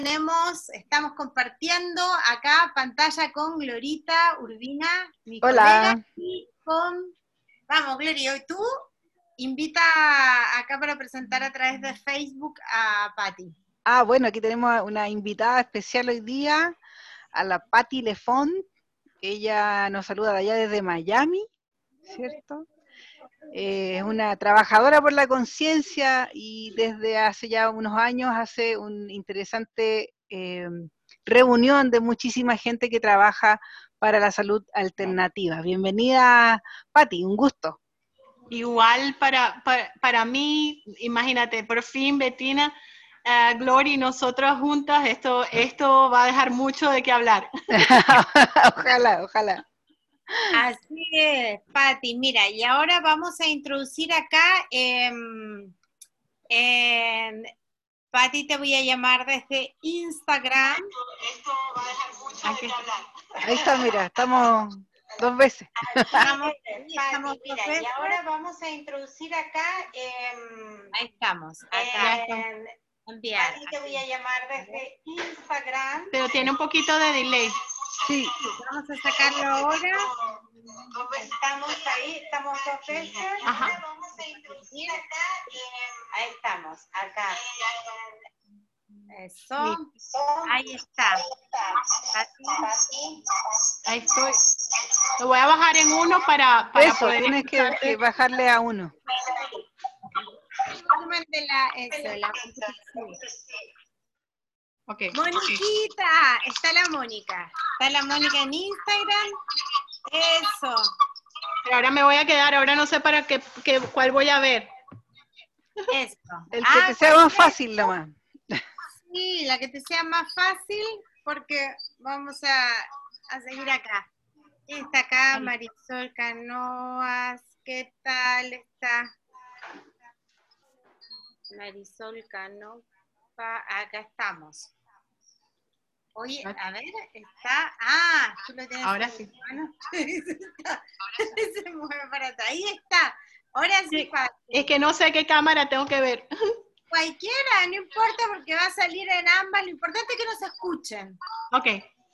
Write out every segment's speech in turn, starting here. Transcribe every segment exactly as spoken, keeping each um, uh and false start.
tenemos, estamos compartiendo acá pantalla con Glorita Urbina, mi Hola. colega, y con, vamos Gloria, hoy tú invita acá para presentar a través de Facebook a Patti. Ah, bueno, aquí tenemos una invitada especial hoy día, a la Patti Lefont. Ella nos saluda de allá desde Miami, ¿cierto? Eh, es una trabajadora por la conciencia y desde hace ya unos años hace una interesante eh, reunión de muchísima gente que trabaja para la salud alternativa. Bienvenida, Patti, un gusto. Igual para, para, para mí, imagínate, por fin Bettina, uh, Glory y nosotros juntas, esto, esto va a dejar mucho de qué hablar. Ojalá, ojalá. Así es, Patti. Mira, y ahora vamos a introducir acá, eh, eh, Patti, te voy a llamar desde Instagram. Esto va a dejar mucho de qué hablar. Ahí está, mira, estamos dos veces. Estamos, estamos mira, y ahora vamos a introducir acá, eh, ahí estamos, acá, eh, enviar. Patti, te voy a llamar desde Instagram. Pero tiene un poquito de delay. Sí. Vamos a sacarlo ahora. Estamos ahí, estamos dos veces. Ajá. Ahora vamos a introducir acá, eh, ahí estamos, acá. Eso, sí. Ahí está. Así. Ahí estoy. Lo voy a bajar en uno para, para Eso, poder tienes que, que bajarle a uno. De la, eso, la okay. Moniquita, está la Mónica. Está la Mónica en Instagram. Eso. Pero ahora me voy a quedar, ahora no sé para qué, qué cuál voy a ver. Eso. El que ah, te sea más fácil nomás. Sí, la que te sea más fácil, porque vamos a, a seguir acá. Está acá Marisol Canoas, ¿qué tal está? Marisol Canoa, acá estamos. Oye, a ver, está, ah, tú lo tienes. Ahora sí. Mano. Se mueve para atrás, ahí está. Ahora sí, sí fácil. Es que no sé qué cámara tengo que ver. Cualquiera, no importa porque va a salir en ambas, lo importante es que nos escuchen. Ok.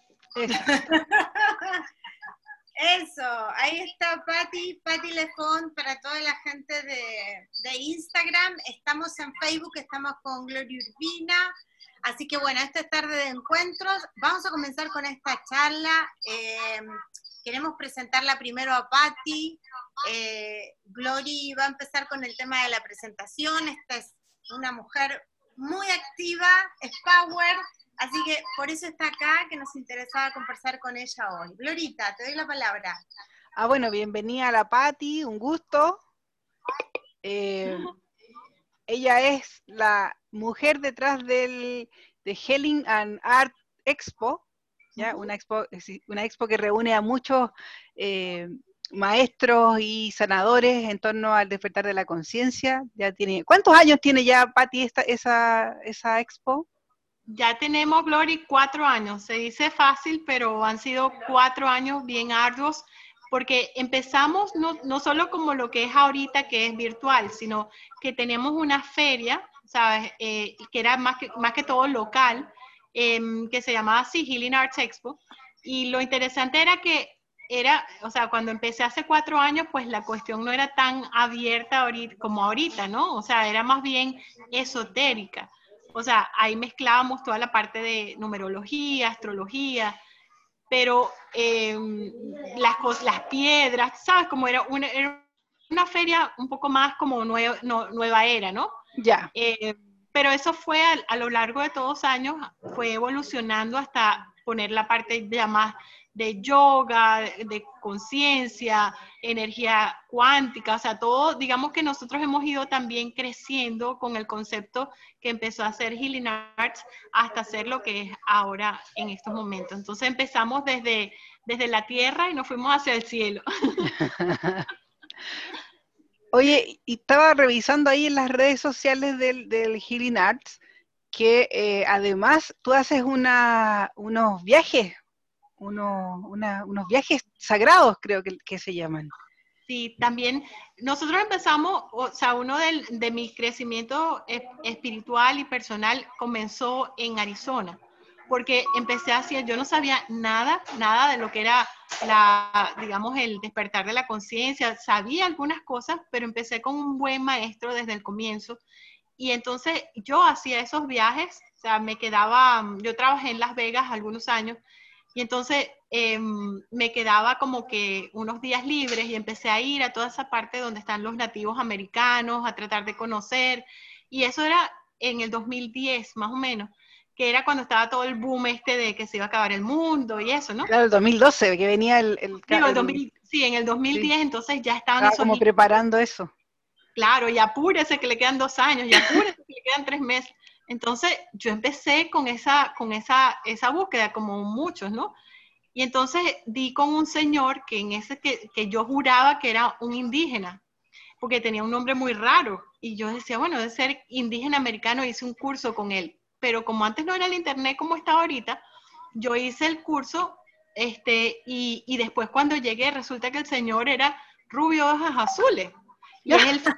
Eso, ahí está Patti, Patti Lefont para toda la gente de, de Instagram. Estamos en Facebook, estamos con Gloria Urbina. Así que bueno, esta es tarde de encuentros. Vamos a comenzar con esta charla. Eh, queremos presentarla primero a Patti. Eh, Glory va a empezar con el tema de la presentación. Esta es una mujer muy activa, es power, así que por eso está acá, que nos interesaba conversar con ella hoy. Glorita, te doy la palabra. Ah, bueno, bienvenida a la Patti, un gusto. Eh, ella es la mujer detrás del, de Healing and Art Expo, ¿ya? Uh-huh. una, expo una expo que reúne a muchos eh, maestros y sanadores en torno al despertar de la conciencia. Ya tiene, ¿cuántos años tiene ya, Patti, esta, esa, esa expo? Ya tenemos, Glory, cuatro años. Se dice fácil, pero han sido cuatro años bien arduos, porque empezamos no, no solo como lo que es ahorita, que es virtual, sino que tenemos una feria, ¿sabes? Eh, que era más que, más que todo local, eh, que se llamaba así, Healing Arts Expo. Y lo interesante era que era, o sea, cuando empecé hace cuatro años, pues la cuestión no era tan abierta ahorita, como ahorita, ¿no? O sea, era más bien esotérica. O sea, ahí mezclábamos toda la parte de numerología, astrología, pero eh, las, cosas, las piedras, ¿sabes? Como era una, era una feria un poco más como nueva, no, nueva era, ¿no? Ya. Eh, pero eso fue a, a lo largo de todos los años, fue evolucionando hasta poner la parte ya más de yoga, de, de conciencia, energía cuántica, o sea, todo, digamos que nosotros hemos ido también creciendo con el concepto que empezó a ser Healing Arts hasta ser lo que es ahora en estos momentos. Entonces empezamos desde, desde la tierra y nos fuimos hacia el cielo. Oye, y estaba revisando ahí en las redes sociales del, del Healing Arts que eh, además tú haces una, unos viajes, unos, una, unos viajes sagrados, creo que, que se llaman. Sí, también nosotros empezamos, o sea, uno del, de mi crecimiento e- espiritual y personal comenzó en Arizona, porque empecé a hacer, yo no sabía nada, nada de lo que era la, digamos, el despertar de la conciencia, sabía algunas cosas, pero empecé con un buen maestro desde el comienzo, y entonces yo hacía esos viajes, o sea, me quedaba, yo trabajé en Las Vegas algunos años, y entonces eh, me quedaba como que unos días libres y empecé a ir a toda esa parte donde están los nativos americanos, a tratar de conocer. Y eso era en el dos mil diez, más o menos, que era cuando estaba todo el boom este de que se iba a acabar el mundo y eso, ¿no? Claro, el dos mil doce, que venía el... el, Digo, el el dos mil, sí, en el dos mil diez sí, entonces ya estaban estaba esos como libros. preparando eso. Claro, y apúrese que le quedan dos años, y apúrese que le quedan tres meses. Entonces yo empecé con esa, con esa, esa búsqueda, como muchos, ¿no? Y entonces di con un señor que en ese que, que yo juraba que era un indígena, porque tenía un nombre muy raro. Y yo decía, bueno, de ser indígena americano, hice un curso con él. Pero como antes no era el internet como está ahorita, yo hice el curso, este, y, y después cuando llegué resulta que el señor era rubio de ojos azules. Y es el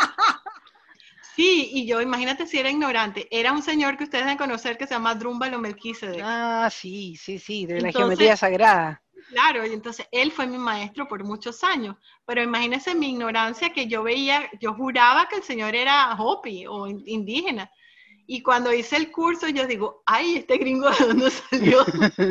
Sí, y yo, imagínate si era ignorante. Era un señor que ustedes deben conocer que se llama Drúmbalo Melquisedec. Ah, sí, sí, sí, de la Entonces, geometría sagrada. claro, y entonces él fue mi maestro por muchos años. Pero imagínense mi ignorancia que yo veía, yo juraba que el señor era Hopi o in- indígena. Y cuando hice el curso, yo digo, ay, este gringo de dónde salió.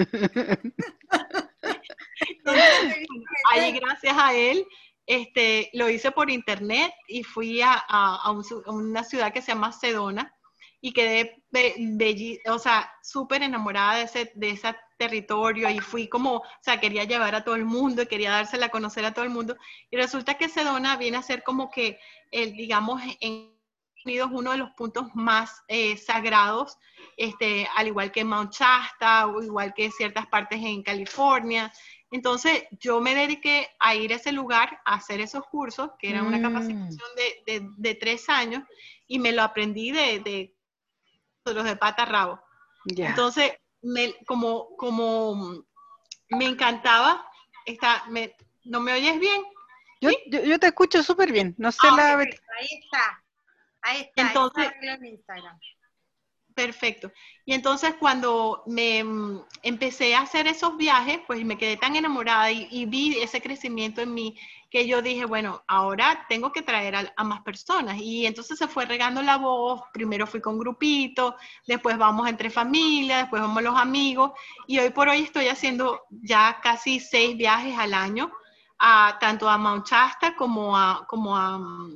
Entonces, bueno, ahí gracias a él, este, lo hice por internet y fui a, a, a un, a una ciudad que se llama Sedona y quedé be, belli, o sea, súper enamorada de ese, de ese territorio y fui como, o sea, quería llevar a todo el mundo, quería dársela a conocer a todo el mundo y resulta que Sedona viene a ser como que, el, digamos, en Unidos uno de los puntos más eh, sagrados, este, al igual que Mount Shasta o igual que ciertas partes en California. Entonces yo me dediqué a ir a ese lugar a hacer esos cursos, que eran una capacitación de, de, de tres años, y me lo aprendí de, de, de los de pata a rabo. Ya. Entonces, me, como, como me encantaba, esta, me, ¿no me oyes bien? Yo, ¿Sí? yo, yo te escucho súper bien, no sé Ah, la... ok. Perfecto, ahí está. Ahí está, Entonces, ahí está en Instagram. perfecto. Y entonces cuando me mm, empecé a hacer esos viajes, pues me quedé tan enamorada y, y vi ese crecimiento en mí que yo dije, bueno, ahora tengo que traer a, a más personas. Y entonces se fue regando la voz. Primero fui con grupitos, después vamos entre familias, después vamos los amigos. Y hoy por hoy estoy haciendo ya casi seis viajes al año, a, tanto a Mount Shasta como a... Como a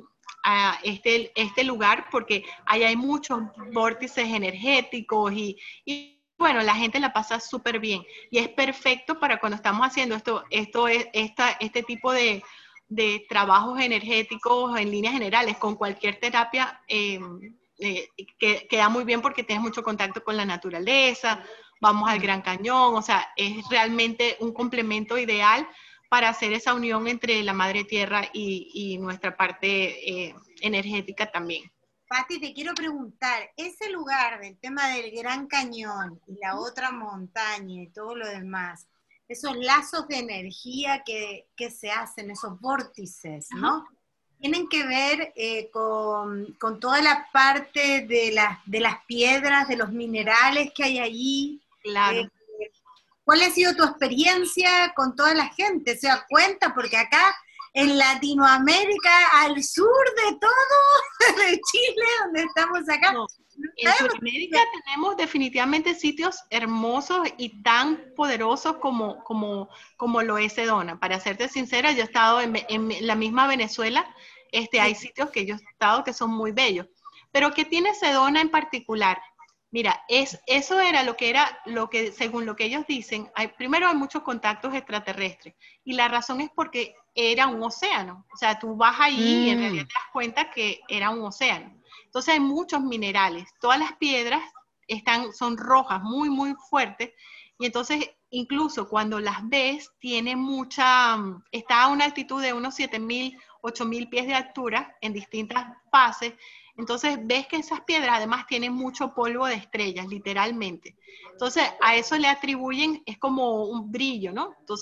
a este, este lugar porque ahí hay muchos vórtices energéticos y, y bueno, la gente la pasa súper bien y es perfecto para cuando estamos haciendo esto, esto es, esta, este tipo de, de trabajos energéticos en líneas generales con cualquier terapia eh, eh, que queda muy bien porque tienes mucho contacto con la naturaleza, vamos al Gran Cañón, o sea, es realmente un complemento ideal para hacer esa unión entre la madre tierra y, y nuestra parte eh, energética también. Pati, te quiero preguntar, ese lugar del tema del Gran Cañón y la otra montaña y todo lo demás, esos lazos de energía que, que se hacen, esos vórtices, ¿no? Ajá. Tienen que ver eh, con, con toda la parte de, la, de las piedras, de los minerales que hay allí. Claro. Eh, ¿Cuál ha sido tu experiencia con toda la gente? ¿Se da cuenta? Porque acá en Latinoamérica, al sur de todo, de Chile, donde estamos acá. No, en Sudamérica tenemos definitivamente sitios hermosos y tan poderosos como, como, como lo es Sedona. Para serte sincera, yo he estado en, en la misma Venezuela, este, hay sitios que yo he estado que son muy bellos. Pero ¿qué tiene Sedona en particular? Mira, es, eso era lo que era, lo que, según lo que ellos dicen, hay, primero hay muchos contactos extraterrestres y la razón es porque era un océano. O sea, tú vas ahí mm. y en realidad te das cuenta que era un océano. Entonces hay muchos minerales. Todas las piedras están, son rojas, muy, muy fuertes. Y entonces, incluso cuando las ves, tiene mucha, está a una altitud de unos siete mil, ocho mil pies de altura en distintas fases. Entonces ves que esas piedras además tienen mucho polvo de estrellas, literalmente. Entonces a eso le atribuyen, es como un brillo, ¿no? Entonces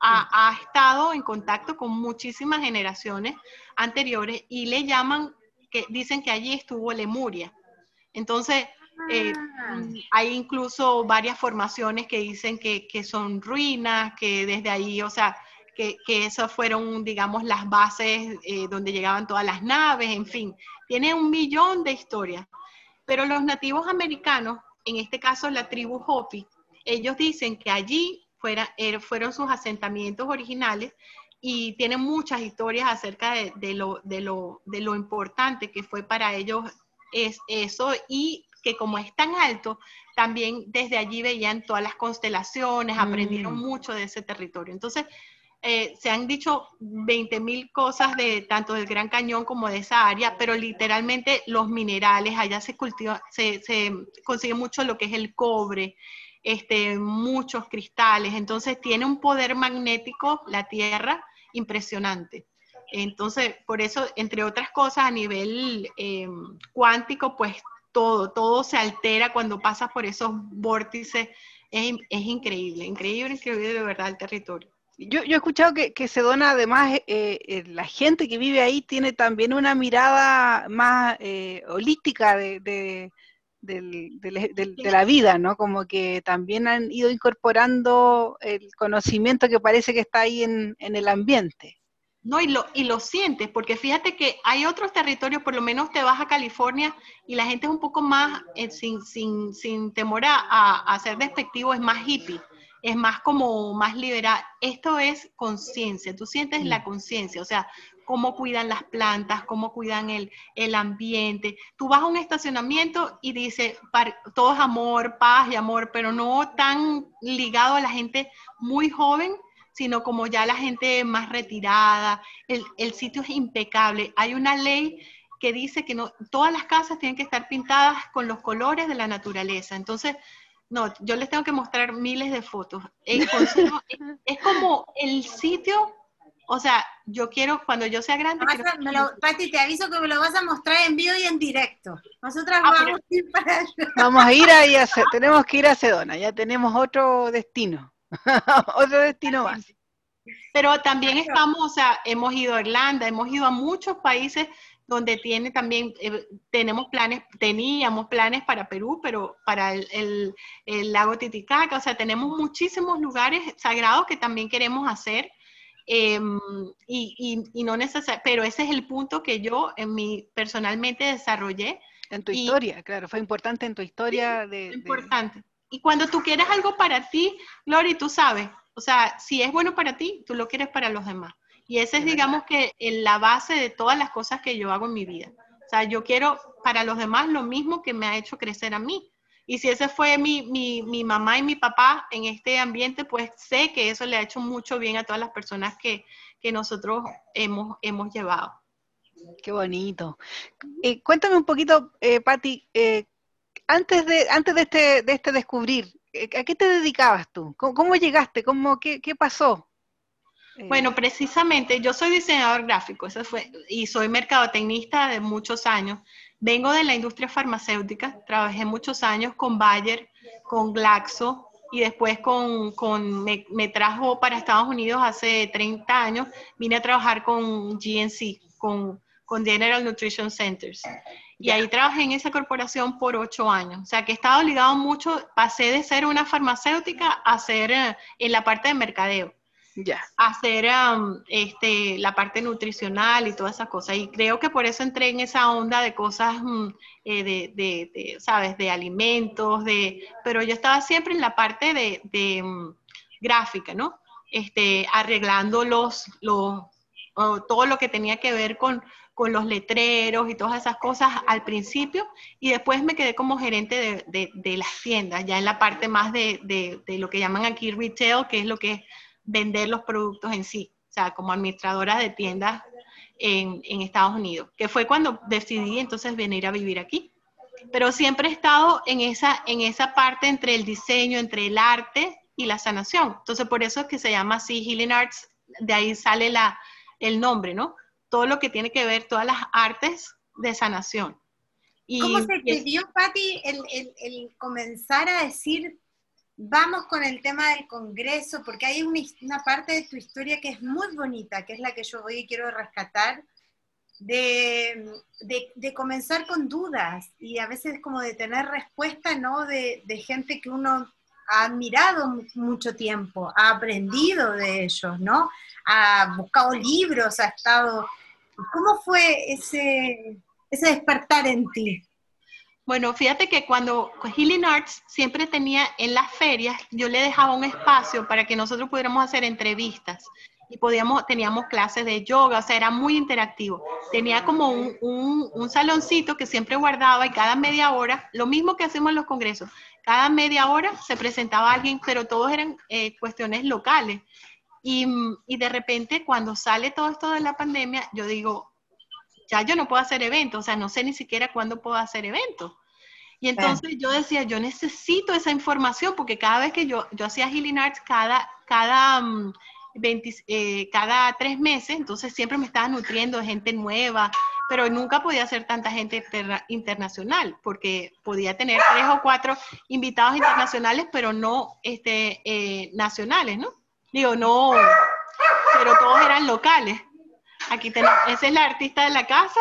ha, ha estado en contacto con muchísimas generaciones anteriores y le llaman, que dicen que allí estuvo Lemuria. Entonces, eh, hay incluso varias formaciones que dicen que, que son ruinas, que desde ahí, o sea, que, que esas fueron, digamos, las bases eh, donde llegaban todas las naves, en fin. Tiene un millón de historias. Pero los nativos americanos, en este caso la tribu Hopi, ellos dicen que allí fuera, er, fueron sus asentamientos originales y tienen muchas historias acerca de, de, lo, de, lo, de lo importante que fue para ellos es eso, y que como es tan alto, también desde allí veían todas las constelaciones, aprendieron mm. mucho de ese territorio. Entonces, eh, se han dicho veinte mil cosas de tanto del Gran Cañón como de esa área, pero literalmente los minerales, allá se cultiva, se, se consigue mucho lo que es el cobre, este, muchos cristales, entonces tiene un poder magnético la Tierra impresionante. Entonces, por eso, entre otras cosas, a nivel eh, cuántico, pues todo, todo se altera cuando pasas por esos vórtices. Es, es increíble, increíble, increíble de verdad el territorio. Yo, yo he escuchado que, que Sedona, además, eh, eh, la gente que vive ahí tiene también una mirada más eh, holística de, de, de, de, de, de la vida, ¿no? Como que también han ido incorporando el conocimiento que parece que está ahí en, en el ambiente. No, y lo, y lo sientes, porque fíjate que hay otros territorios, por lo menos te vas a California y la gente es un poco más, eh, sin, sin, sin temor a, a ser despectivo, es más hippie, es más como más liberal. Esto es conciencia, tú sientes mm. la conciencia, o sea, cómo cuidan las plantas, cómo cuidan el, el ambiente. Tú vas a un estacionamiento y dice, todo es amor, paz y amor, pero no tan ligado a la gente muy joven, sino como ya la gente más retirada. El, el sitio es impecable. Hay una ley que dice que no, todas las casas tienen que estar pintadas con los colores de la naturaleza. Entonces, no, yo les tengo que mostrar miles de fotos. El consejo, es, es como el sitio, o sea, yo quiero, cuando yo sea grande... Quiero... A, me lo, Pati, te aviso que me lo vas a mostrar en vivo y en directo. Nosotras ah, vamos pero... a ir para allá. Vamos a ir ahí, a, tenemos que ir a Sedona, ya tenemos otro destino. Otro destino más. Pero también estamos, o sea, hemos ido a Irlanda, hemos ido a muchos países donde tiene también, eh, tenemos planes, teníamos planes para Perú, pero para el, el, el lago Titicaca, o sea, tenemos muchísimos lugares sagrados que también queremos hacer, eh, y, y, y no necesariamente, pero ese es el punto que yo en mi, personalmente desarrollé. En tu y, historia, claro, fue importante en tu historia. Sí, de, importante. De... Y cuando tú quieres algo para ti, Glory, tú sabes, o sea, si es bueno para ti, tú lo quieres para los demás. Y esa es, digamos, que la base de todas las cosas que yo hago en mi vida. O sea, yo quiero para los demás lo mismo que me ha hecho crecer a mí. Y si ese fue mi, mi, mi mamá y mi papá en este ambiente, pues sé que eso le ha hecho mucho bien a todas las personas que, que nosotros hemos, hemos llevado. Qué bonito. Eh, cuéntame un poquito, eh, Pati, eh, antes de antes de este de este descubrir, ¿a qué te dedicabas tú? ¿Cómo, cómo llegaste? ¿Cómo, qué, qué pasó? Bueno, precisamente, yo soy diseñador gráfico, eso fue, y soy mercadotecnista de muchos años. Vengo de la industria farmacéutica, trabajé muchos años con Bayer, con Glaxo, y después con, con me, me trajo para Estados Unidos hace treinta años, vine a trabajar con G N C, con, con General Nutrition Centers. Y yeah. ahí trabajé en esa corporación por ocho años. O sea, que he estado ligado mucho, pasé de ser una farmacéutica a ser eh, en la parte de mercadeo. Yeah. Hacer um, este, la parte nutricional y todas esas cosas. Y creo que por eso entré en esa onda de cosas, um, eh, de, de, de, ¿sabes? De alimentos, de, pero yo estaba siempre en la parte de, de um, gráfica, ¿no? Este, arreglando los, los, uh, todo lo que tenía que ver con, con los letreros y todas esas cosas al principio, y después me quedé como gerente de, de, de las tiendas, ya en la parte más de, de, de lo que llaman aquí retail, que es lo que es vender los productos en sí, o sea, como administradora de tiendas en, en Estados Unidos, que fue cuando decidí entonces venir a vivir aquí. Pero siempre he estado en esa, en esa parte entre el diseño, entre el arte y la sanación. Entonces, por eso es que se llama así Healing Arts, de ahí sale la, el nombre, ¿no? Todo lo que tiene que ver, todas las artes de sanación. Y, ¿cómo se te dio, Pati, el, el, el comenzar a decir, vamos con el tema del Congreso, porque hay una, una parte de tu historia que es muy bonita, que es la que yo voy y quiero rescatar, de, de, de comenzar con dudas, y a veces como de tener respuesta, ¿no? De, de gente que uno ha admirado mucho tiempo, ha aprendido de ellos, ¿no? Ha buscado libros, ha estado... ¿Cómo fue ese, ese despertar en ti? Bueno, fíjate que cuando Healing Arts siempre tenía en las ferias, yo le dejaba un espacio para que nosotros pudiéramos hacer entrevistas y podíamos, teníamos clases de yoga, o sea, era muy interactivo. Tenía como un, un, un saloncito que siempre guardaba, y cada media hora, lo mismo que hacemos en los congresos, cada media hora se presentaba alguien, pero todos eran eh, cuestiones locales. Y, y de repente, cuando sale todo esto de la pandemia, yo digo, ya yo no puedo hacer eventos, o sea, no sé ni siquiera cuándo puedo hacer eventos. Y entonces yo decía, yo necesito esa información, porque cada vez que yo, yo hacía Healing Arts, cada, cada, um, veinte, eh, cada tres meses, entonces siempre me estaba nutriendo de gente nueva, pero nunca podía ser tanta gente inter, internacional, porque podía tener tres o cuatro invitados internacionales, pero no este, eh, nacionales, ¿no? Digo, no, pero todos eran locales. Aquí tenemos, esa es la artista de la casa.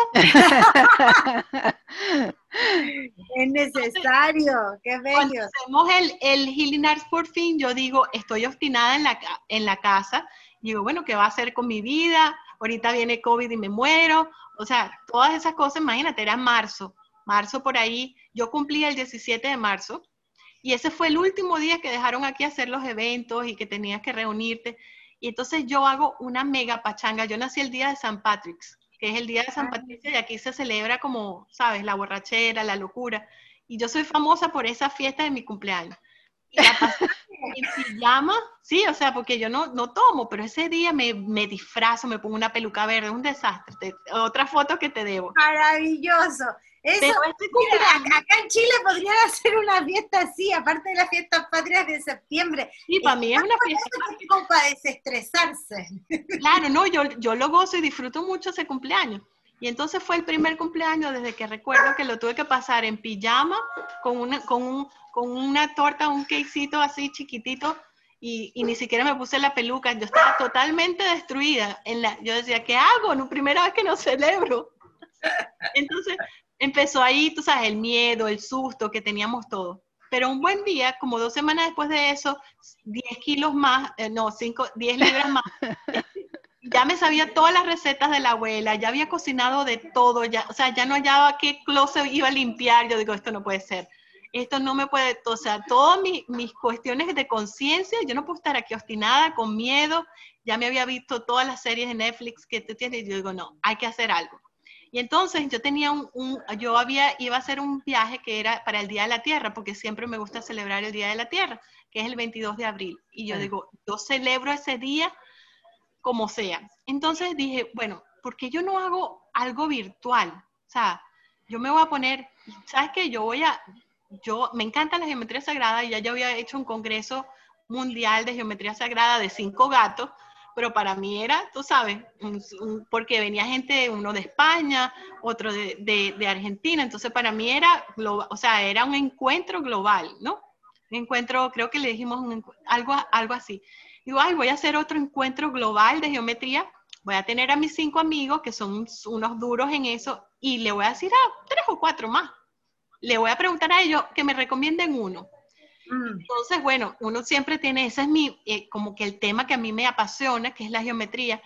Es necesario, qué bello. Cuando hacemos el, el Healing Arts por fin, yo digo, estoy obstinada en la, en la casa. Digo, bueno, ¿qué va a hacer con mi vida? Ahorita viene COVID y me muero. O sea, todas esas cosas, imagínate, era marzo. Marzo por ahí, yo cumplí el diecisiete de marzo. Y ese fue el último día que dejaron aquí hacer los eventos y que tenías que reunirte. Y entonces yo hago una mega pachanga. Yo nací el día de San Patrick's, que es el día de San Patricio, y aquí se celebra como, ¿sabes? La borrachera, la locura. Y yo soy famosa por esa fiesta de mi cumpleaños. Y la pasé en pijama, sí, o sea, porque yo no, no tomo, pero ese día me, me disfrazo, me pongo una peluca verde, un desastre. Te, otra foto que te debo. Maravilloso. Eso, este mira, acá en Chile podrían hacer una fiesta así, aparte de las fiestas patrias de septiembre. Sí, para mí es una fiesta. Como para desestresarse. Claro, no, yo, yo lo gozo y disfruto mucho ese cumpleaños. Y entonces fue el primer cumpleaños desde que recuerdo que lo tuve que pasar en pijama, con una, con un, con una torta, un quequecito así chiquitito, y, y ni siquiera me puse la peluca. Yo estaba totalmente destruida. En la, yo decía, ¿qué hago? No, primera vez que no celebro. Entonces empezó ahí, tú sabes, el miedo, el susto que teníamos todos. Pero un buen día, como dos semanas después de eso, diez kilos más, eh, no, cinco, diez libras más. Ya me sabía todas las recetas de la abuela, ya había cocinado de todo, ya, o sea, ya no hallaba qué closet iba a limpiar. Yo digo, esto no puede ser, esto no me puede, o sea, todas mis, mis cuestiones de conciencia, yo no puedo estar aquí obstinada, con miedo. Ya me había visto todas las series de Netflix que tú tienes, y yo digo, no, hay que hacer algo. Y entonces yo tenía un, un, yo había, iba a hacer un viaje que era para el Día de la Tierra, porque siempre me gusta celebrar el Día de la Tierra, que es el veintidós de abril. Y yo digo, yo celebro ese día como sea. Entonces dije, bueno, ¿por qué yo no hago algo virtual? O sea, yo me voy a poner, ¿sabes qué? Yo voy a, yo, me encanta la geometría sagrada, y ya yo había hecho un congreso mundial de geometría sagrada de cinco gatos, pero para mí era, tú sabes, un, un, porque venía gente, uno de España, otro de, de, de Argentina, entonces para mí era, global, o sea, era un encuentro global, ¿no? Un encuentro, creo que le dijimos un, algo, algo así. Digo, ay, voy a hacer otro encuentro global de geometría, voy a tener a mis cinco amigos que son unos duros en eso, y le voy a decir a tres o cuatro más. Le voy a preguntar a ellos que me recomienden uno. Entonces, bueno, uno siempre tiene, ese es mi, eh, como que el tema que a mí me apasiona, que es la geometría.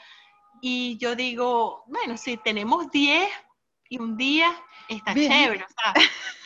Y yo digo, bueno, si tenemos diez y un día, está Bien. Chévere. O sea,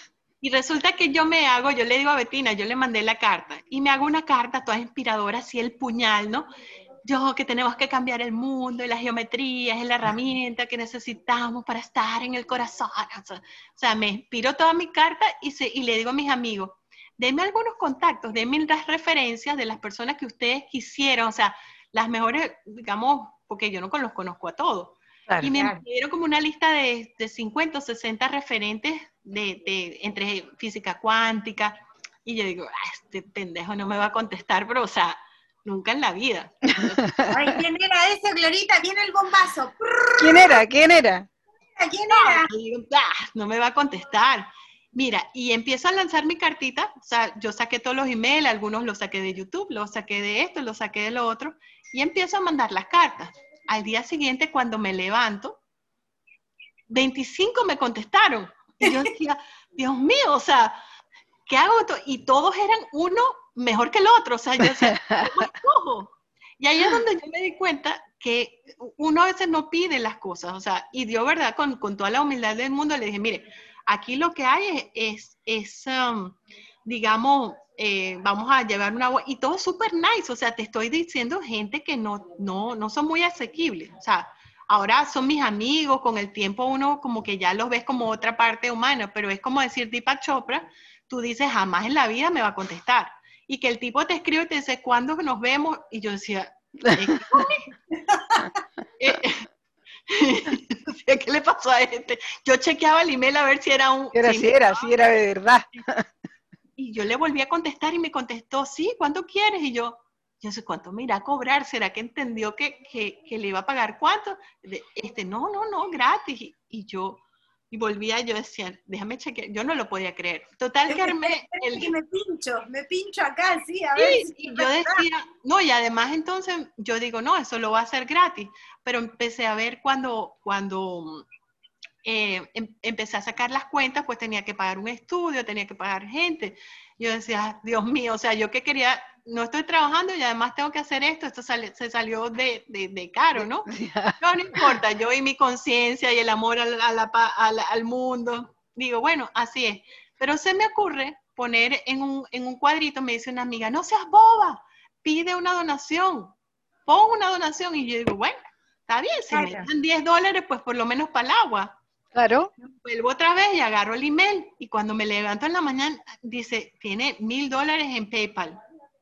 y resulta que yo me hago, yo le digo a Bettina, yo le mandé la carta, y me hago una carta toda inspiradora, así el puñal, ¿no? Yo, que tenemos que cambiar el mundo, y la geometría es la herramienta que necesitamos para estar en el corazón. O sea, o sea me inspiro toda mi carta y, se, y le digo a mis amigos, denme algunos contactos, denme las referencias de las personas que ustedes quisieran, o sea, las mejores, digamos, porque yo no los conozco a todos. Claro, y me claro. dieron como una lista de, de cincuenta o sesenta referentes de, de, entre física cuántica, y yo digo, ah, este pendejo no me va a contestar, pero, o sea, nunca en la vida. Ay, ¿quién era ese, Glorita? Viene el bombazo. ¿Quién era? ¿Quién era? ¿Quién era? Y digo, ah, no me va a contestar. Mira, y empiezo a lanzar mi cartita, o sea, yo saqué todos los emails, algunos los saqué de YouTube, los saqué de esto, los saqué de lo otro, y empiezo a mandar las cartas. Al día siguiente, cuando me levanto, veinticinco me contestaron. Y yo decía, Dios mío, o sea, ¿qué hago? Y todos eran uno mejor que el otro, o sea, yo decía, ¿cómo escojo? Y ahí es donde yo me di cuenta que uno a veces no pide las cosas, o sea, y yo, ¿verdad? Con, con toda la humildad del mundo le dije, mire, aquí lo que hay es, es, es um, digamos, eh, vamos a llevar una... Y todo es súper nice, o sea, te estoy diciendo gente que no, no, no son muy asequibles, o sea, ahora son mis amigos, con el tiempo uno como que ya los ves como otra parte humana, pero es como decir Deepak Chopra, tú dices, jamás en la vida me va a contestar. Y que el tipo te escribe y te dice, ¿cuándo nos vemos? Y yo decía, ¿eh? ¿Qué le pasó a este? Yo chequeaba el email a ver si era un... Era, si si era, si era de verdad. Y yo le volví a contestar y me contestó, sí, ¿cuánto quieres? Y yo, yo sé, ¿cuánto me irá a cobrar? ¿Será que entendió que, que, que le iba a pagar cuánto? Este, no, no, no, gratis. Y, y yo, y volvía, yo decía, déjame chequear, yo no lo podía creer. Total que armé el... que me pincho, me pincho acá, sí, a sí, ver si y yo decía, no, y además entonces yo digo, no, eso lo va a hacer gratis. Pero empecé a ver cuando, cuando eh, em, empecé a sacar las cuentas, pues tenía que pagar un estudio, tenía que pagar gente. Yo decía, Dios mío, o sea, yo que quería, no estoy trabajando y además tengo que hacer esto, esto sale, se salió de, de, de caro, ¿no? No, no importa, yo y mi conciencia y el amor al, a la, al, al mundo, digo, bueno, así es. Pero se me ocurre poner en un, en un cuadrito, me dice una amiga, no seas boba, pide una donación, pon una donación. Y yo digo, bueno, está bien, si me dan diez dólares, pues por lo menos para el agua. Claro. Vuelvo otra vez y agarro el email y cuando me levanto en la mañana dice, tiene mil dólares en PayPal.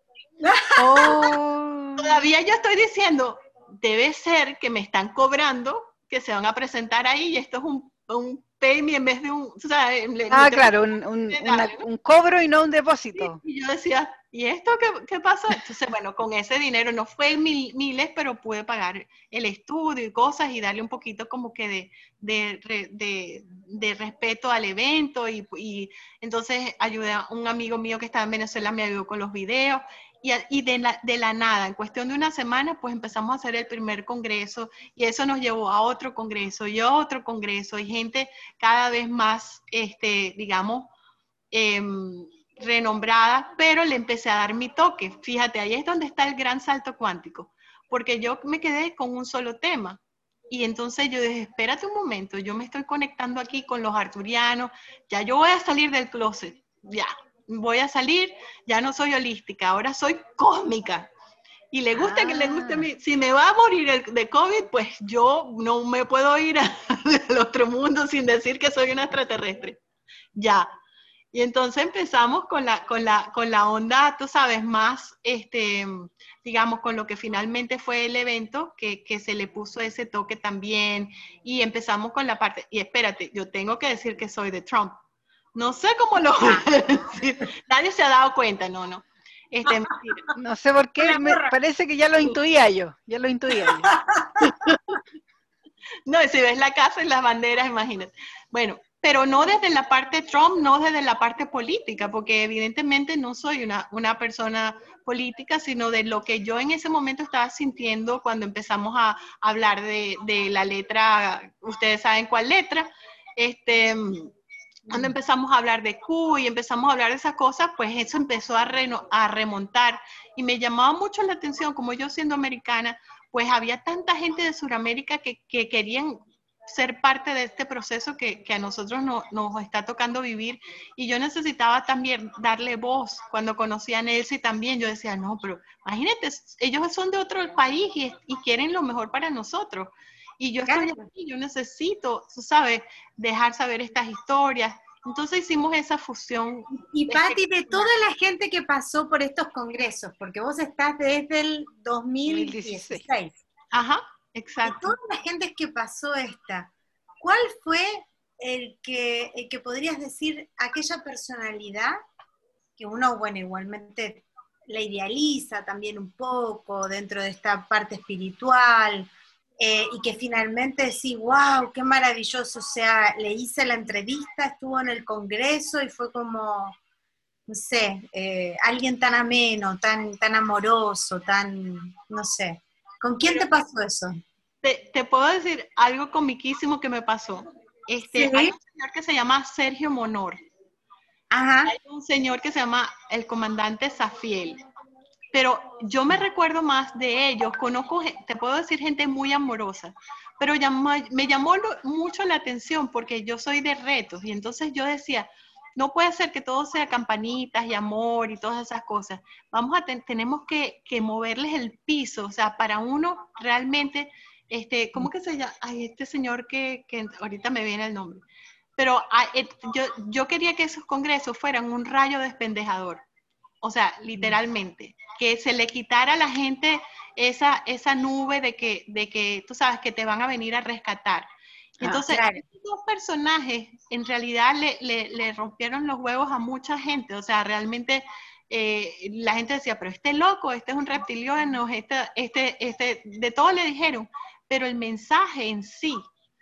Oh. Todavía yo estoy diciendo, debe ser que me están cobrando, que se van a presentar ahí y esto es un, un pay me en vez de un... O sea, ah, claro, un, un, una, ¿no? un cobro y no un depósito. Sí, y yo decía, ¿y esto qué, qué pasó? Entonces, bueno, con ese dinero no fue mil, miles, pero pude pagar el estudio y cosas y darle un poquito como que de, de, de, de respeto al evento. Y, y entonces ayudé a un amigo mío que estaba en Venezuela, me ayudó con los videos. Y, y de, la, de la nada, en cuestión de una semana, pues empezamos a hacer el primer congreso y eso nos llevó a otro congreso y a otro congreso y gente cada vez más, este, digamos, eh, renombrada, pero le empecé a dar mi toque. Fíjate, ahí es donde está el gran salto cuántico, porque yo me quedé con un solo tema. Y entonces yo dije, espérate un momento, yo me estoy conectando aquí con los arturianos, ya yo voy a salir del closet, ya, voy a salir, ya no soy holística, ahora soy cósmica. Y le gusta ah. que le guste a mí, si me va a morir de COVID, pues yo no me puedo ir al otro mundo sin decir que soy una extraterrestre. Ya. Y entonces empezamos con la, con la, con la onda, tú sabes, más, este, digamos, con lo que finalmente fue el evento, que, que se le puso ese toque también, y empezamos con la parte, y espérate, yo tengo que decir que soy de Trump. No sé cómo lo voy a decir, nadie se ha dado cuenta, no, no. Este, mentira. No sé por qué, me parece que ya lo intuía yo, ya lo intuía yo. No, si ves la casa y las banderas, imagínate. Bueno, pero no desde la parte Trump, no desde la parte política, porque evidentemente no soy una, una persona política, sino de lo que yo en ese momento estaba sintiendo cuando empezamos a hablar de, de la letra, ustedes saben cuál letra, este, cuando empezamos a hablar de Q y empezamos a hablar de esas cosas, pues eso empezó a, reno, a remontar y me llamaba mucho la atención, como yo siendo americana, pues había tanta gente de Sudamérica que, que querían ser parte de este proceso que, que a nosotros no, nos está tocando vivir y yo necesitaba también darle voz. Cuando conocí a Nelsie también yo decía, no, pero imagínate, ellos son de otro país y, y quieren lo mejor para nosotros y yo estoy aquí, yo necesito, tú sabes, dejar saber estas historias. Entonces hicimos esa fusión. Y Patti, de toda la gente que pasó por estos congresos, porque vos estás desde el dos mil dieciséis. Ajá. Exacto. De toda la gente que pasó esta, ¿cuál fue el que, el que podrías decir aquella personalidad que uno, bueno, igualmente la idealiza también un poco dentro de esta parte espiritual, eh, y que finalmente decís, wow, qué maravilloso, o sea, le hice la entrevista, estuvo en el Congreso y fue como, no sé, eh, alguien tan ameno, tan, tan amoroso, tan, no sé. ¿Con quién Pero te pasó eso? te, te puedo decir algo comiquísimo que me pasó. Este, hay Sí, un señor que se llama Sergio Monor. ajá, Hay un señor que se llama el comandante Safiel. Pero yo me recuerdo más de ellos. Conozco, gen- te puedo decir, gente muy amorosa. Pero llama- me llamó lo- mucho la atención porque yo soy de retos. Y entonces yo decía, no puede ser que todo sea campanitas y amor y todas esas cosas. Vamos a ten- tenemos que, que moverles el piso. O sea, para uno realmente, este, ¿cómo que se llama? Ay, este señor que, que ahorita me viene el nombre. Pero ah, eh, yo, yo quería que esos congresos fueran un rayo despendejador. O sea, literalmente, que se le quitara a la gente esa, esa nube de que, de que, tú sabes, que te van a venir a rescatar. Ah, Entonces, claro. estos dos personajes en realidad le, le, le rompieron los huevos a mucha gente. O sea, realmente eh, la gente decía, pero este loco, este es un reptiliano, este, este, este, de todo le dijeron, pero el mensaje en sí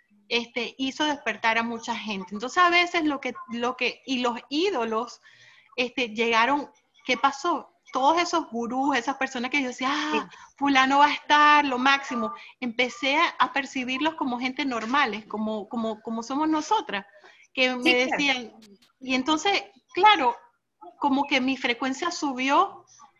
este, hizo despertar a mucha gente. Entonces, a veces lo que, lo que, y los ídolos este, llegaron, ¿qué pasó? Todos esos gurús, esas personas que yo decía, ah, fulano va a estar, lo máximo, empecé a, a percibirlos como gente normales, como, como, como somos nosotras, que me Sí, claro. decían, y entonces, claro, como que mi frecuencia subió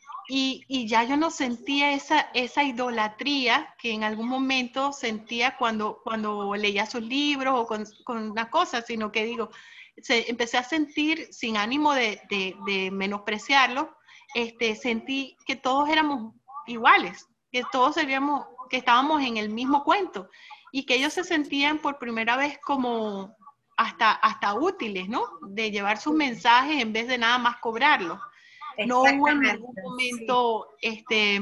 y, y ya yo no sentía esa, esa idolatría que en algún momento sentía cuando, cuando leía sus libros o con, con una cosa, sino que digo, se, empecé a sentir, sin ánimo de, de, de menospreciarlo, este, sentí que todos éramos iguales, que todos seríamos, que estábamos en el mismo cuento y que ellos se sentían por primera vez como hasta, hasta útiles, ¿no? De llevar sus mensajes en vez de nada más cobrarlos. No hubo en Exactamente, ningún sí. momento, este,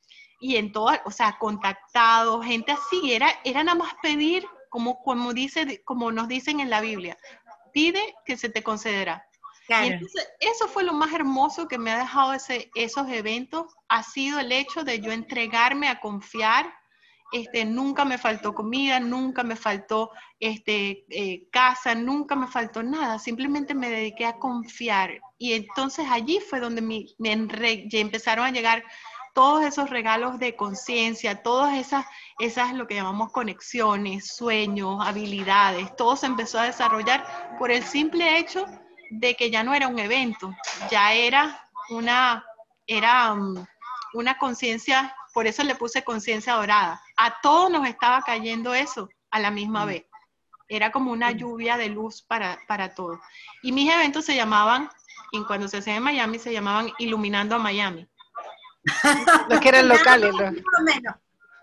y en todas, o sea, contactados, gente así, era, era nada más pedir, como, como, dice, como nos dicen en la Biblia, pide que se te concederá. Y Claro. entonces, eso fue lo más hermoso que me ha dejado ese, esos eventos, ha sido el hecho de yo entregarme a confiar. Este, nunca me faltó comida, nunca me faltó este, eh, casa, nunca me faltó nada, simplemente me dediqué a confiar. Y entonces allí fue donde me, me enre- ya empezaron a llegar todos esos regalos de conciencia, todas esas, esas lo que llamamos conexiones, sueños, habilidades, todo se empezó a desarrollar por el simple hecho de que ya no era un evento, ya era una, era, um, una conciencia, por eso le puse conciencia dorada. A todos nos estaba cayendo eso a la misma vez. Era como una lluvia de luz para, para todos. Y mis eventos se llamaban, y cuando se hacían en Miami, se llamaban Iluminando a Miami. los que eran Nada locales. más Los... ni por menos.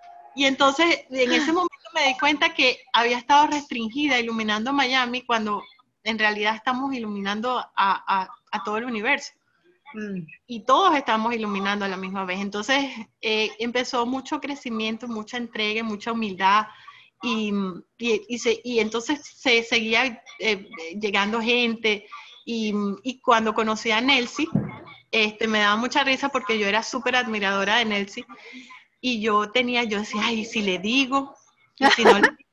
Y entonces, en ese momento me di cuenta que había estado restringida Iluminando Miami cuando en realidad estamos iluminando a, a, a todo el universo. Mm. Y todos estamos iluminando a la misma vez. Entonces eh, empezó mucho crecimiento, mucha entrega, mucha humildad y, y, y, se, y entonces se seguía eh, llegando gente y, y cuando conocí a Nelsie, este, me daba mucha risa porque yo era súper admiradora de Nelsie y yo tenía, yo decía, ay, si le digo, y si no le digo,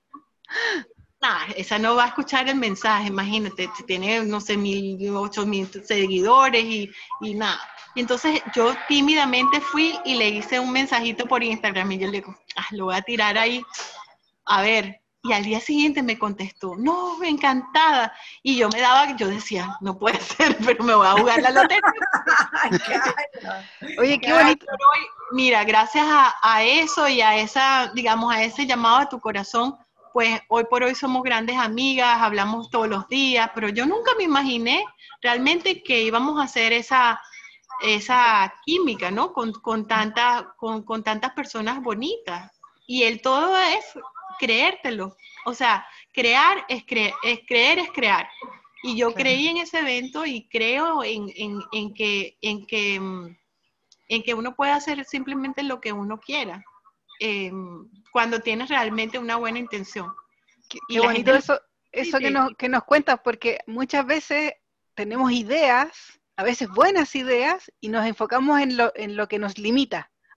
nah, esa no va a escuchar el mensaje, imagínate, tiene, no sé, mil, ocho mil seguidores y, y nada. Y entonces yo tímidamente fui y le hice un mensajito por Instagram y yo le digo, ah, lo voy a tirar ahí, a ver. Y al día siguiente me contestó, no, encantada. Y yo me daba, yo decía, no puede ser, pero me voy a jugar la lotería. Claro. Oye, qué Hoy bonito. por hoy, mira, gracias a, a eso y a esa, digamos, a ese llamado a tu corazón, pues hoy por hoy somos grandes amigas, hablamos todos los días, pero yo nunca me imaginé realmente que íbamos a hacer esa, esa química, ¿no? Con, con, tanta, con, con tantas personas bonitas. Y el todo es creértelo. O sea, crear es, cre es creer, es crear. Y yo Claro. creí en ese evento y creo en, en, en que, en que en que uno puede hacer simplemente lo que uno quiera, eh, cuando tienes realmente una buena intención. Qué, Y qué la gente bonito lo eso, eso que dice. nos, que nos cuentas, porque muchas veces tenemos ideas, a veces buenas ideas, y nos enfocamos en lo, en lo que nos limita.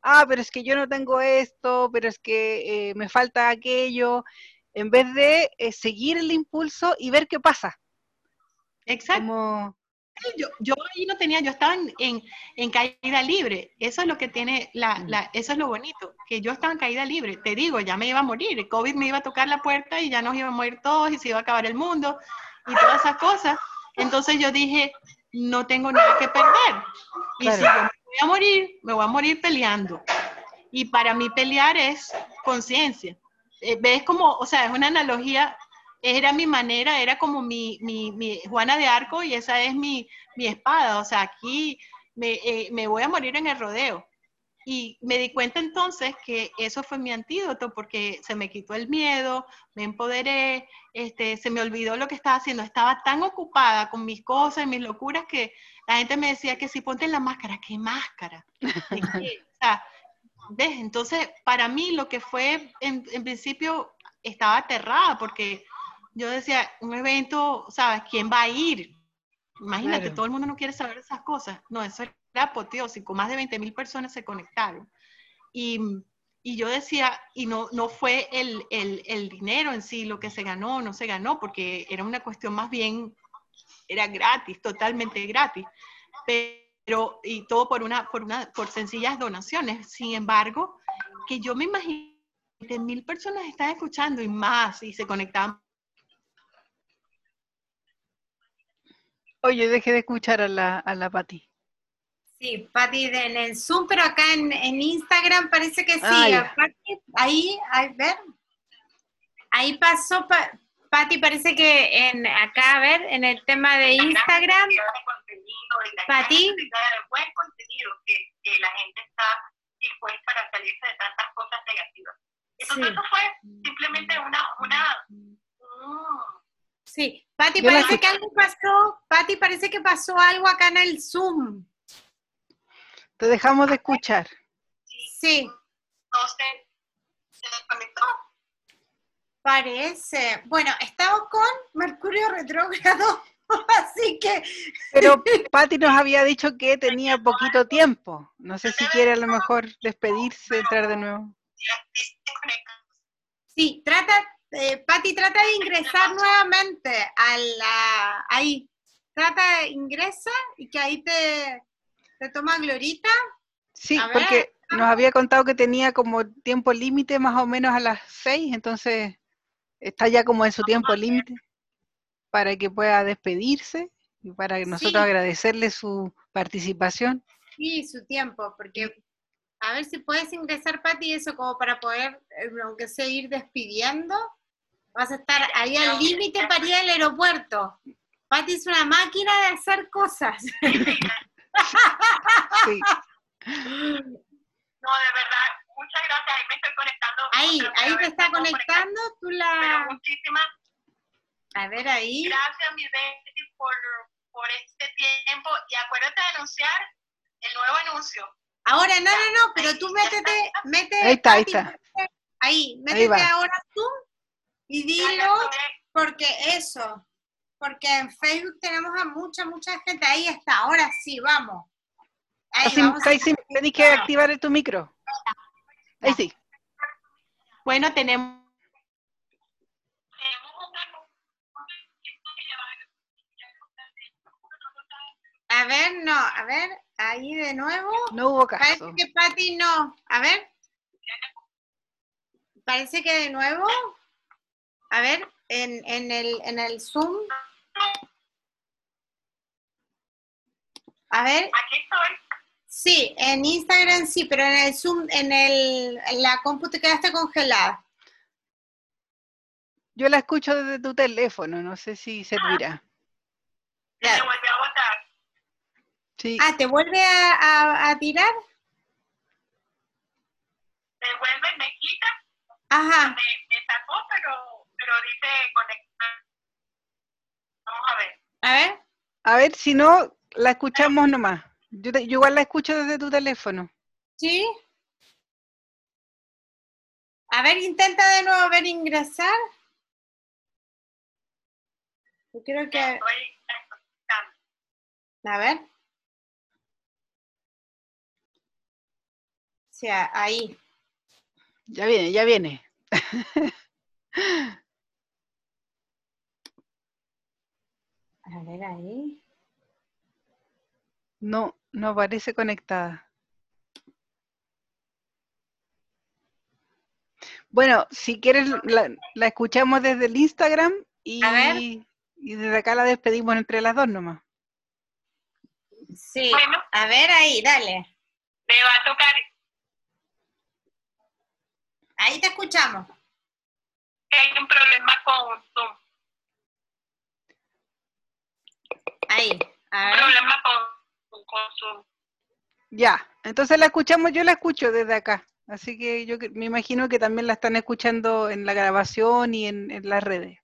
ah, pero es que yo no tengo esto, pero es que eh, me falta aquello, en vez de eh, seguir el impulso y ver qué pasa. Exacto. Como... Yo, yo ahí no tenía, yo estaba en, en, en caída libre. Eso es lo que tiene, la, la, eso es lo bonito, que yo estaba en caída libre. Te digo, ya me iba a morir, el COVID me iba a tocar la puerta y ya nos iba a morir todos y se iba a acabar el mundo y todas esas cosas. Entonces yo dije, no tengo nada que perder. Y Claro. si yo me voy a morir, me voy a morir peleando. Y para mí pelear es conciencia. Eh, ¿Ves como, o sea, es una analogía? Era mi manera, era como mi, mi, mi Juana de Arco y esa es mi, mi espada. O sea, aquí me, eh, me voy a morir en el rodeo. Y me di cuenta entonces que eso fue mi antídoto porque se me quitó el miedo, me empoderé, este, se me olvidó lo que estaba haciendo. Estaba tan ocupada con mis cosas y mis locuras que la gente me decía que si ponte la máscara. ¿Qué máscara? ¿De qué? O sea, ¿ves? Entonces, para mí lo que fue, en, en principio, estaba aterrada porque yo decía, un evento, ¿sabes? ¿Quién va a ir? Imagínate, Claro. todo el mundo no quiere saber esas cosas. No, eso era apoteósico. Más de veinte mil personas se conectaron. Y, y yo decía, y no, no fue el, el, el dinero en sí lo que se ganó o no se ganó, porque era una cuestión más bien, era gratis, totalmente gratis. Pero, y todo por una, por una, por sencillas donaciones. Sin embargo, que yo me imagino que mil personas están escuchando y más, y se conectaban. Oye, dejé de escuchar a la, a la Pati. Sí, Pati en el Zoom, pero acá en, en Instagram parece que sí. Ah, ya. Pati, ahí, a ver, ahí pasó, pa, Pati parece que en acá, a ver, en el tema de Instagram, Pati. Buen contenido que, que la gente está dispuesta para salirse de tantas cosas negativas. Entonces sí. Eso fue simplemente una... una mm. Sí, Pati, Yo parece que algo pasó, Pati, parece que pasó algo acá en el Zoom. Te dejamos de escuchar. Sí. No sé, ¿se desconectó? Parece. Bueno, estamos con Mercurio retrógrado, así que... Pero Pati nos había dicho que tenía poquito tiempo. No sé si quiere a lo mejor despedirse, entrar de nuevo. Sí, trata, eh, Pati, trata de ingresar nuevamente a la... Ahí. Trata de ingresa y que ahí te, te toma Glorita. Sí, porque nos había contado que tenía como tiempo límite más o menos a las seis, entonces está ya como en su tiempo límite para que pueda despedirse y para nosotros sí. agradecerle su participación. Sí, su tiempo, porque a ver si puedes ingresar, Pati, eso como para poder, aunque sea ir despidiendo, vas a estar ahí al límite para ir al aeropuerto. Pati es una máquina de hacer cosas. Sí. No, de verdad, muchas gracias, ahí me estoy conectando. Ahí, ahí te está conectando, tú la... Pero muchísimas. A ver, ahí. Gracias, mi Betty, por, por este tiempo, y acuérdate de anunciar el nuevo anuncio. Ahora, no, no, no, pero tú métete, métete. Ahí está, ahí está. Métete, ahí, métete ahí ahora tú y dilo, porque eso, porque en Facebook tenemos a mucha, mucha gente, ahí está, ahora sí, vamos. Ahí Así, vamos a... Tenés que activar tu micro. Ahí sí. Bueno, tenemos... A ver, no, a ver, ahí de nuevo. No hubo caso. Parece que Pati no. A ver. Parece que de nuevo. A ver, en, en, el, en el Zoom. A ver. Aquí estoy. Sí, en Instagram sí, pero en el Zoom, en, el, en la compu te quedaste congelada. Yo la escucho desde tu teléfono, no sé si servirá. Se me volvió a botar. Sí. Ah, ¿te vuelve a, a, a tirar? Me vuelve, me quita. Ajá. Me, me sacó, pero, pero dice conectar. Vamos a ver. A ver. A ver, si no, la escuchamos nomás. Yo, te, yo igual la escucho desde tu teléfono. ¿Sí? A ver, intenta de nuevo ver ingresar. Yo creo que... Estoy escuchando. A ver. Sí, ahí. Ya viene, ya viene. A ver ahí. No, no aparece conectada. Bueno, si quieres la, la escuchamos desde el Instagram y, y desde acá la despedimos entre las dos nomás. Sí, Bueno, a ver ahí, dale. me va a tocar. Ahí te escuchamos. Que hay un problema con Zoom. Ahí, a Un ver. problema con, con Zoom. Ya, entonces la escuchamos, yo la escucho desde acá. Así que yo que- me imagino que también la están escuchando en la grabación y en, en las redes.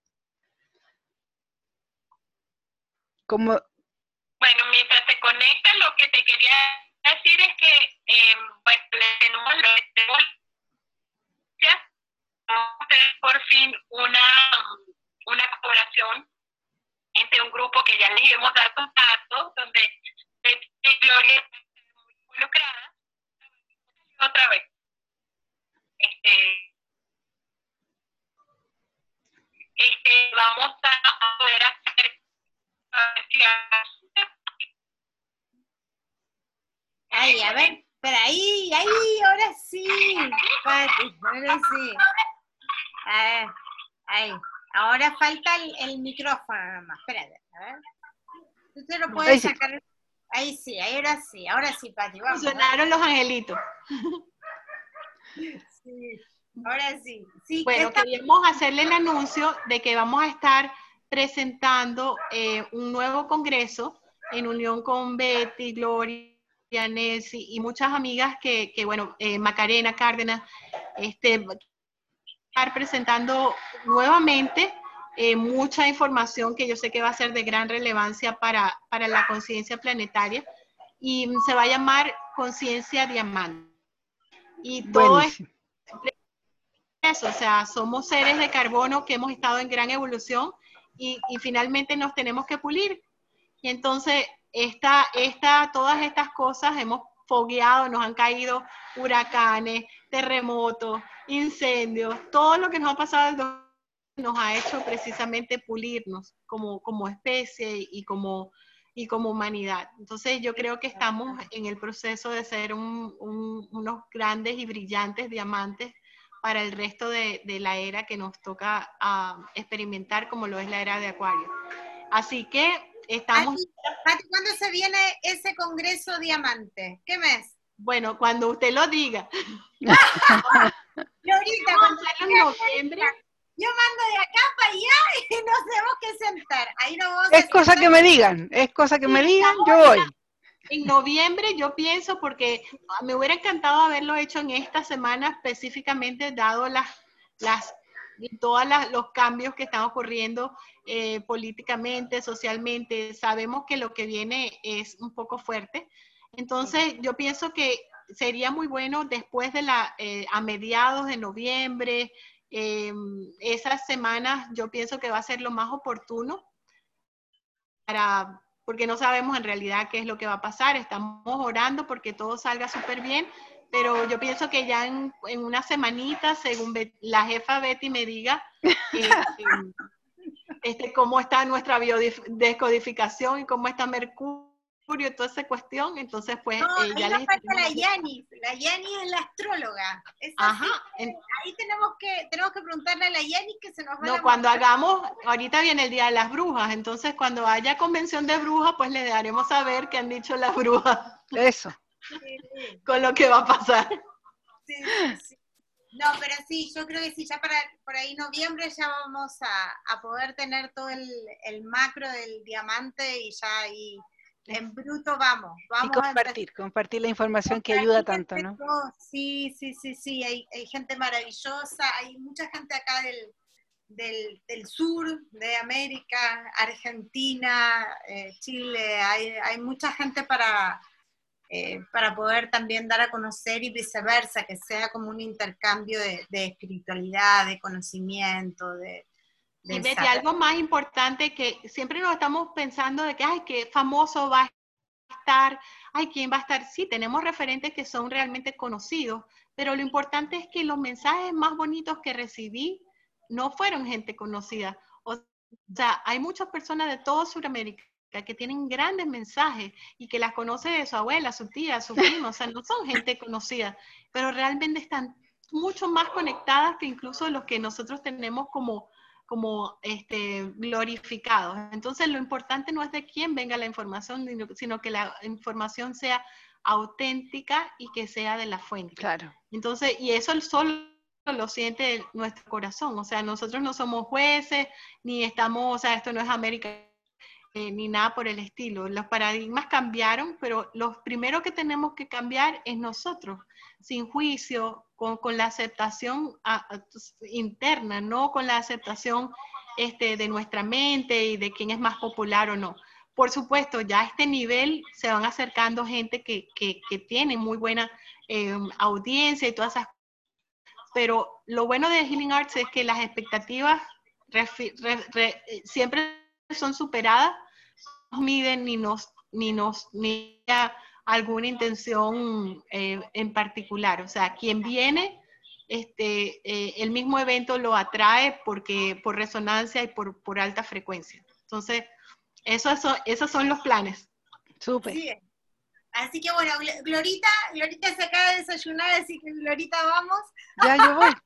Como, Bueno, mientras se conecta, lo que te quería decir es que, eh, pues, tenemos lo tenemos ya, vamos a hacer por fin una, una colaboración entre un grupo que ya les íbamos a dar contacto, donde Betty y Gloria están muy involucradas, otra vez. Este, este, vamos a, a poder hacer, a ver si Ahí, a ver. Pero ahí, ahí, ahora sí. Pati, ahora sí. A ver, ahí. Ahora falta el, el micrófono nomás. Espérate, a ver. Tú te lo ahí puedes sí. sacar. Ahí sí, ahí ahora sí. Ahora sí, Pati, vamos. Funcionaron los angelitos. Sí, ahora sí. Sí, ¿qué Bueno, está- queríamos hacerle el anuncio de que vamos a estar presentando eh, un nuevo congreso en unión con Betty, Gloria, Nancy y muchas amigas que, que bueno, eh, Macarena Cárdenas, este, estar presentando nuevamente eh, mucha información que yo sé que va a ser de gran relevancia para, para la conciencia planetaria y se va a llamar Conciencia Diamante. Y todo es Buenísimo. eso, o sea, somos seres de carbono que hemos estado en gran evolución y, y finalmente nos tenemos que pulir. Y entonces, esta, esta, todas estas cosas hemos fogueado, nos han caído huracanes, terremotos, incendios, todo lo que nos ha pasado nos ha hecho precisamente pulirnos como, como especie y como, y como humanidad. Entonces yo creo que estamos en el proceso de ser un, un, unos grandes y brillantes diamantes para el resto de, de la era que nos toca uh, experimentar, como lo es la era de Acuario. Así que estamos... Pati, Pati, ¿cuándo se viene ese congreso diamante? ¿Qué mes? Bueno, cuando usted lo diga. Yo ahorita, cuando en noviembre. Yo mando de acá para allá y nos tenemos que sentar. Ahí no vamos Es a cosa sentar. que me digan, es cosa que Sí, me digan, estamos yo voy. En noviembre yo pienso, porque me hubiera encantado haberlo hecho en esta semana específicamente, dado las, las todos los cambios que están ocurriendo eh, políticamente, socialmente. Sabemos que lo que viene es un poco fuerte. Entonces yo pienso que sería muy bueno después de la, eh, a mediados de noviembre, eh, esas semanas yo pienso que va a ser lo más oportuno para... porque no sabemos en realidad qué es lo que va a pasar. Estamos orando porque todo salga súper bien, pero yo pienso que ya en, en una semanita, según Bet, la jefa Betty me diga eh, este, cómo está nuestra biodescodificación y cómo está Mercurio, toda esa cuestión, entonces pues No, eh, ahí ya nos les falta la estaremos... Yanis. La Yanis es la astróloga. Es Ajá. así. Ahí tenemos que, tenemos que preguntarle a la Yanis que se nos va No, la cuando mano. hagamos, ahorita viene el Día de las Brujas, entonces cuando haya convención de brujas, pues les daremos saber qué han dicho las brujas. Eso. Sí, sí. Con lo que va a pasar. Sí, sí, sí. No, pero sí, yo creo que sí, ya para por ahí noviembre ya vamos a, a poder tener todo el, el macro del diamante y ya ahí en bruto vamos. vamos Y compartir, compartir la información que ayuda tanto, ¿no? Sí, sí, sí, sí, hay, hay gente maravillosa, hay mucha gente acá del, del, del sur de América, Argentina, eh, Chile, hay, hay mucha gente para... Eh, para poder también dar a conocer y viceversa, que sea como un intercambio de, de espiritualidad, de conocimiento, de... de Y Betty, saber. algo más importante que siempre nos estamos pensando de que, ay, qué famoso va a estar, ay, ¿quién va a estar? Sí, tenemos referentes que son realmente conocidos, pero lo importante es que los mensajes más bonitos que recibí no fueron gente conocida. O sea, hay muchas personas de toda Sudamérica que tienen grandes mensajes y que las conoce de su abuela, su tía, su primo, o sea, no son gente conocida, pero realmente están mucho más conectadas que incluso los que nosotros tenemos como, como este, glorificados. Entonces, lo importante no es de quién venga la información, sino que la información sea auténtica y que sea de la fuente. Claro. Entonces, y eso solo lo siente nuestro corazón, o sea, nosotros no somos jueces, ni estamos, o sea, esto no es América, eh, ni nada por el estilo. Los paradigmas cambiaron, pero lo primero que tenemos que cambiar es nosotros, sin juicio, con, con la aceptación a, a, interna, no con la aceptación este, de nuestra mente y de quién es más popular o no. Por supuesto, ya a este nivel se van acercando gente que, que, que tiene muy buena eh, audiencia y todas esas cosas. Pero lo bueno de Healing Arts es que las expectativas re, re, re, siempre son superadas, no nos miden ni nos, ni nos ni alguna intención eh, en particular. O sea, quien viene, este, eh, el mismo evento lo atrae porque, por resonancia y por, por alta frecuencia. Entonces, eso, eso, esos son los planes. Súper. Sí. Así que bueno, Glorita, Glorita se acaba de desayunar, así que Glorita, vamos. Ya, yo voy.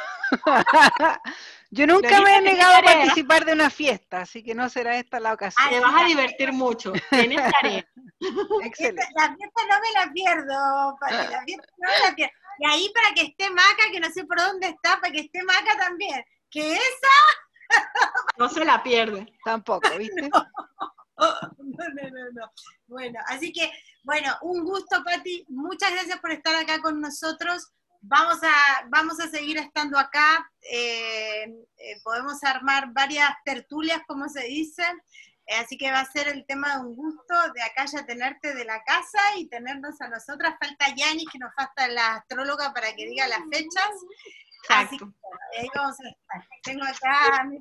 Yo nunca Glorita, me he negado a participar de una fiesta, así que no será esta la ocasión. Te vas a divertir mucho, tienes tarea. Excelente. La fiesta no me la pierdo, Pati, la fiesta no me la pierdo. Y ahí para que esté Maca, que no sé por dónde está, para que esté Maca también. Que esa... No se la pierde. Tampoco, ¿viste? No. No, no, no, no. Bueno, así que, bueno, un gusto, Pati. Muchas gracias por estar acá con nosotros. Vamos a, vamos a seguir estando acá. Eh, eh, podemos armar varias tertulias, como se dice. Eh, así que va a ser el tema de un gusto de acá ya tenerte de la casa y tenernos a nosotras. Falta Yanis, que nos falta la astróloga para que diga las fechas. Exacto. Así que, bueno, ahí vamos a estar. Tengo acá a mi...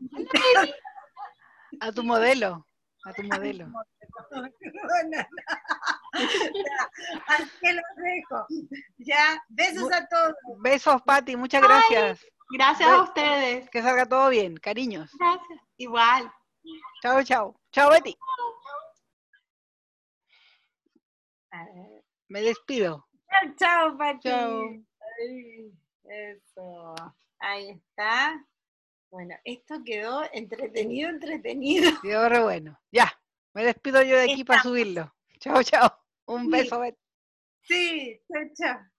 A tu modelo. A tu modelo. Bueno, no. Ya, así que los dejo. Ya, besos a todos. Besos, Pati, muchas gracias. Ay, gracias Be a ustedes. Que salga todo bien, cariños. Gracias. Igual. Chao, chao. Chao, Betty. Me despido. Chao, chao, Pati. Chao. Ay, eso. Ahí está. Bueno, esto quedó entretenido, entretenido. Quedó re bueno. Ya, me despido yo de aquí Estamos. Para subirlo. Chao, chao. Un sí. beso, Betty. Sí, chao, chao.